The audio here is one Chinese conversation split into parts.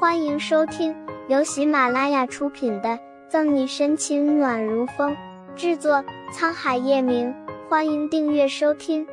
欢迎收听由喜马拉雅出品的《赠你深情暖如风》，制作沧海夜明。欢迎订阅收听。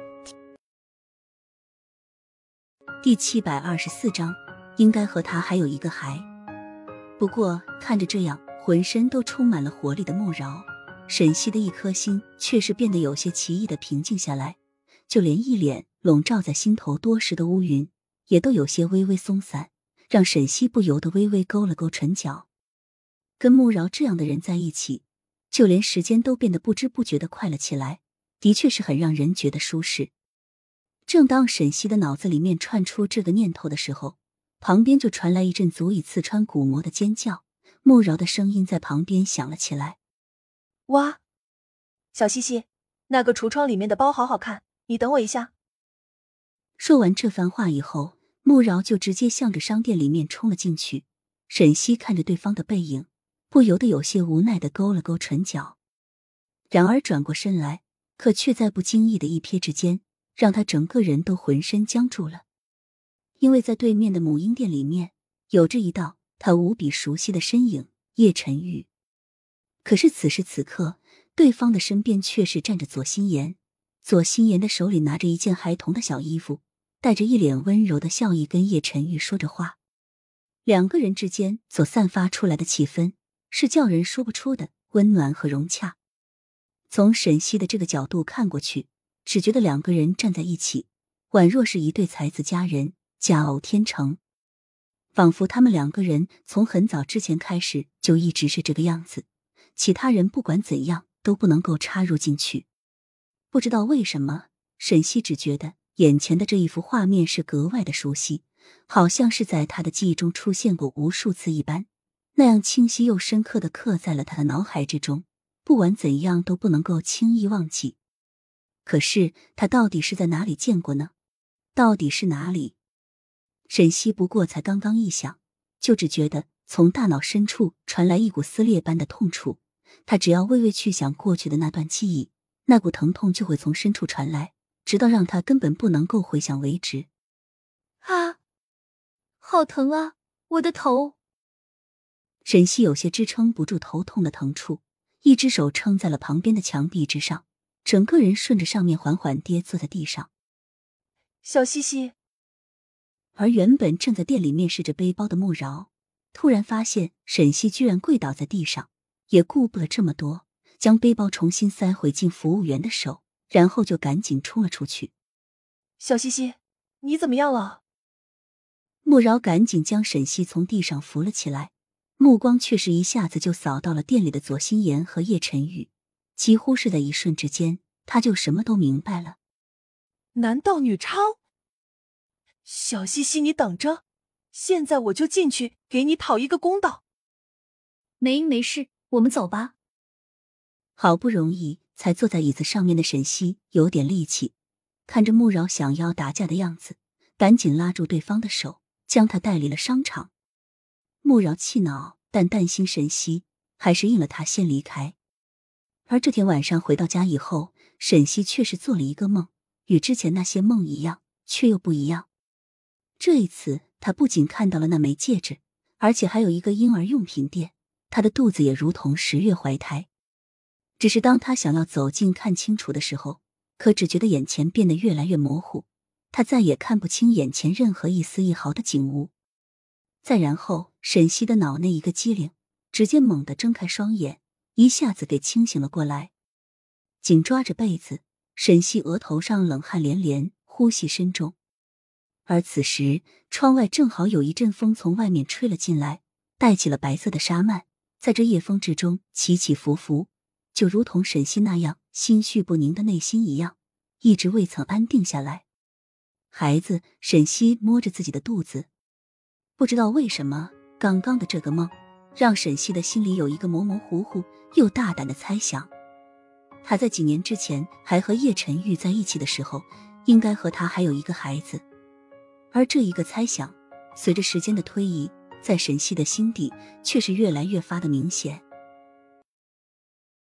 第724章，应该和他还有一个孩。不过看着这样浑身都充满了活力的慕饶，沈西的一颗心却是变得有些奇异的平静下来，就连一脸笼罩在心头多时的乌云也都有些微微松散，让沈西不由得微微勾了勾唇角。跟慕饶这样的人在一起，就连时间都变得不知不觉地快了起来，的确是很让人觉得舒适。正当沈西的脑子里面窜出这个念头的时候，旁边就传来一阵足以刺穿骨膜的尖叫，慕饶的声音在旁边响了起来： 哇，小西西，那个橱窗里面的包好好看，你等我一下。 说完这番话以后，慕饶就直接向着商店里面冲了进去。沈西看着对方的背影，不由得有些无奈地勾了勾唇角，然而转过身来，可却在不经意的一瞥之间，让他整个人都浑身僵住了。因为在对面的母婴店里面，有着一道他无比熟悉的身影——叶晨玉。可是此时此刻，对方的身边却是站着左心言。左心言的手里拿着一件孩童的小衣服，带着一脸温柔的笑意跟叶晨玉说着话。两个人之间所散发出来的气氛是叫人说不出的温暖和融洽。从沈西的这个角度看过去，只觉得两个人站在一起，宛若是一对才子佳人，佳偶天成。仿佛他们两个人从很早之前开始就一直是这个样子，其他人不管怎样都不能够插入进去。不知道为什么，沈西只觉得眼前的这一幅画面是格外的熟悉，好像是在他的记忆中出现过无数次一般，那样清晰又深刻地刻在了他的脑海之中，不管怎样都不能够轻易忘记。可是他到底是在哪里见过呢？到底是哪里？沈西不过才刚刚一想，就只觉得从大脑深处传来一股撕裂般的痛楚，他只要微微去想过去的那段记忆，那股疼痛就会从深处传来，直到让他根本不能够回想为止。 啊，好疼啊，我的头！ 沈西有些支撑不住头痛的疼处，一只手撑在了旁边的墙壁之上，整个人顺着上面缓缓跌坐在地上。 小西西。 而原本正在店里面试着背包的慕饶，突然发现沈西居然跪倒在地上，也顾不了这么多，将背包重新塞回进服务员的手，然后就赶紧冲了出去。 小西西，你怎么样了？ 慕饶赶紧将沈西从地上扶了起来，目光却是一下子就扫到了店里的左心言和叶晨玉，几乎是在一瞬之间，他就什么都明白了。 难道女超？小西西，你等着，现在我就进去给你讨一个公道。 没事，我们走吧。 好不容易才坐在椅子上面的沈西有点力气，看着慕饶想要打架的样子，赶紧拉住对方的手，将他带离了商场。慕饶气恼，但担心沈西，还是应了他先离开。而这天晚上回到家以后，沈西却是做了一个梦，与之前那些梦一样，却又不一样。这一次他不仅看到了那枚戒指，而且还有一个婴儿用品店，他的肚子也如同10月怀胎。只是当他想要走近看清楚的时候，可只觉得眼前变得越来越模糊，他再也看不清眼前任何一丝一毫的景物。再然后，沈西的脑内一个机灵，直接猛地睁开双眼，一下子给清醒了过来。紧抓着被子，沈西额头上冷汗连连，呼吸深重。而此时窗外正好有一阵风从外面吹了进来，带起了白色的纱幔，在这夜风之中起起伏伏，就如同沈西那样心绪不宁的内心一样，一直未曾安定下来。孩子，沈西摸着自己的肚子，不知道为什么刚刚的这个梦让沈西的心里有一个模模糊糊又大胆的猜想。他在几年之前还和叶晨玉在一起的时候，应该和他还有一个孩子。而这一个猜想，随着时间的推移，在沈西的心底却是越来越发的明显。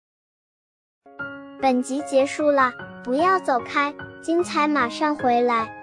本集结束了，不要走开，精彩马上回来。